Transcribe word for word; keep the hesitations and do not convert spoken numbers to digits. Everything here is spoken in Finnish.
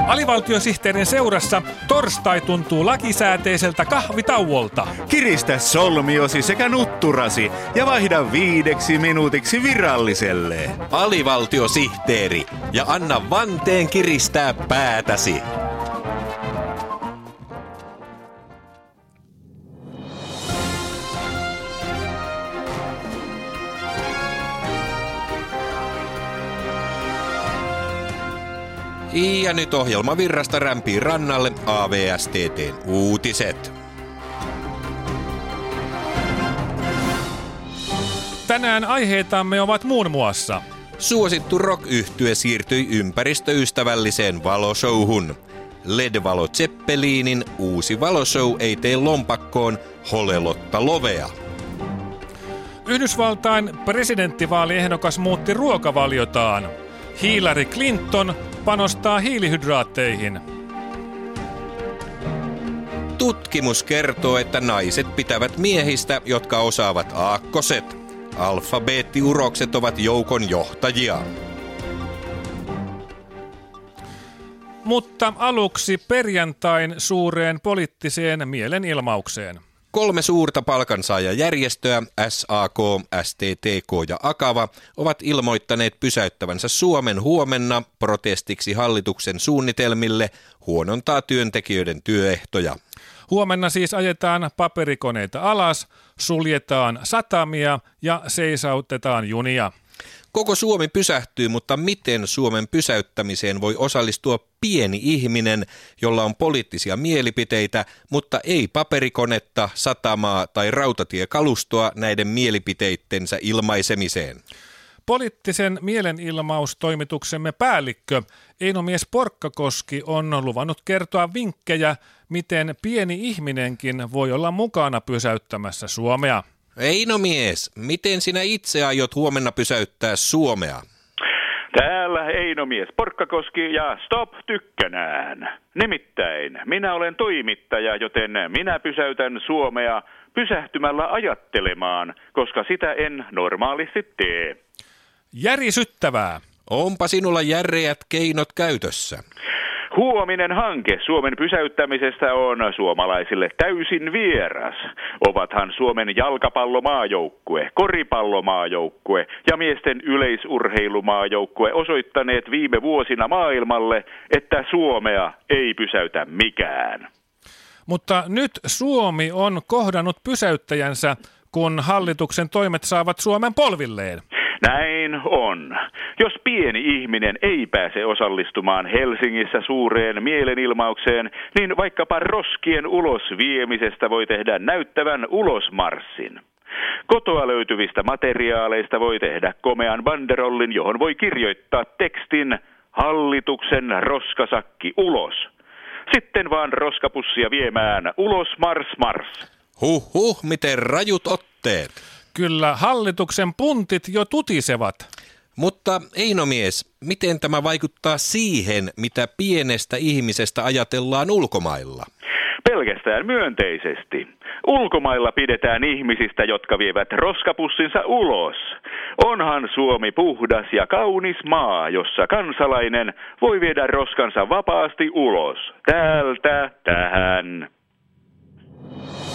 Alivaltiosihteerin seurassa torstai tuntuu lakisääteiseltä kahvitauolta. Kiristä solmiosi sekä nutturasi ja vaihda viideksi minuutiksi viralliselle. Alivaltiosihteeri ja anna vanteen kiristää päätäsi. Ja nyt ohjelmavirrasta rämpii rannalle A V S T T:n uutiset. Tänään aiheitamme ovat muun muassa: suosittu rock-yhtye siirtyi ympäristöystävälliseen valoshowhun. L E D-valo Zeppelinin uusi valoshow ei tee lompakkoon holelotta lovea. Yhdysvaltain presidenttivaaliehdokas muutti ruokavaliotaan. Hillary Clinton panostaa hiilihydraatteihin. Tutkimus kertoo, että naiset pitävät miehistä, jotka osaavat aakkoset. Alfabeettiurokset ovat joukon johtajia. Mutta aluksi perjantain suureen poliittiseen mielenilmaukseen. Kolme suurta palkansaajajärjestöä, S A K, S T T K ja Akava, ovat ilmoittaneet pysäyttävänsä Suomen huomenna protestiksi hallituksen suunnitelmille huonontaa työntekijöiden työehtoja. Huomenna siis ajetaan paperikoneita alas, suljetaan satamia ja seisautetaan junia. Koko Suomi pysähtyy, mutta miten Suomen pysäyttämiseen voi osallistua pieni ihminen, jolla on poliittisia mielipiteitä, mutta ei paperikonetta, satamaa tai rautatiekalustoa näiden mielipiteittensä ilmaisemiseen? Poliittisen mielenilmaustoimituksemme päällikkö Eino-mies Porkkakoski on luvannut kertoa vinkkejä, miten pieni ihminenkin voi olla mukana pysäyttämässä Suomea. Eino-mies, miten sinä itse aiot huomenna pysäyttää Suomea? Täällä Eino-mies Porkkakoski ja Stop tykkänään. Nimittäin minä olen toimittaja, joten minä pysäytän Suomea pysähtymällä ajattelemaan, koska sitä en normaalisti tee. Järisyttävää. Onpa sinulla järeät keinot käytössä. Huominen hanke Suomen pysäyttämisestä on suomalaisille täysin vieras. Ovathan Suomen jalkapallomaajoukkue, koripallomaajoukkue ja miesten yleisurheilumaajoukkue osoittaneet viime vuosina maailmalle, että Suomea ei pysäytä mikään. Mutta nyt Suomi on kohdannut pysäyttäjänsä, kun hallituksen toimet saavat Suomen polvilleen. Näin on. Jos pieni ihminen ei pääse osallistumaan Helsingissä suureen mielenilmaukseen, niin vaikkapa roskien ulos viemisestä voi tehdä näyttävän ulosmarssin. Kotoa löytyvistä materiaaleista voi tehdä komean banderollin, johon voi kirjoittaa tekstin "Hallituksen roskasakki ulos". Sitten vaan roskapussia viemään ulos mars mars. Huh huh, miten rajut otteet. Kyllä hallituksen puntit jo tutisevat. Mutta Eino-mies, miten tämä vaikuttaa siihen, mitä pienestä ihmisestä ajatellaan ulkomailla? Pelkästään myönteisesti. Ulkomailla pidetään ihmisistä, jotka vievät roskapussinsa ulos. Onhan Suomi puhdas ja kaunis maa, jossa kansalainen voi viedä roskansa vapaasti ulos. Täältä tähän.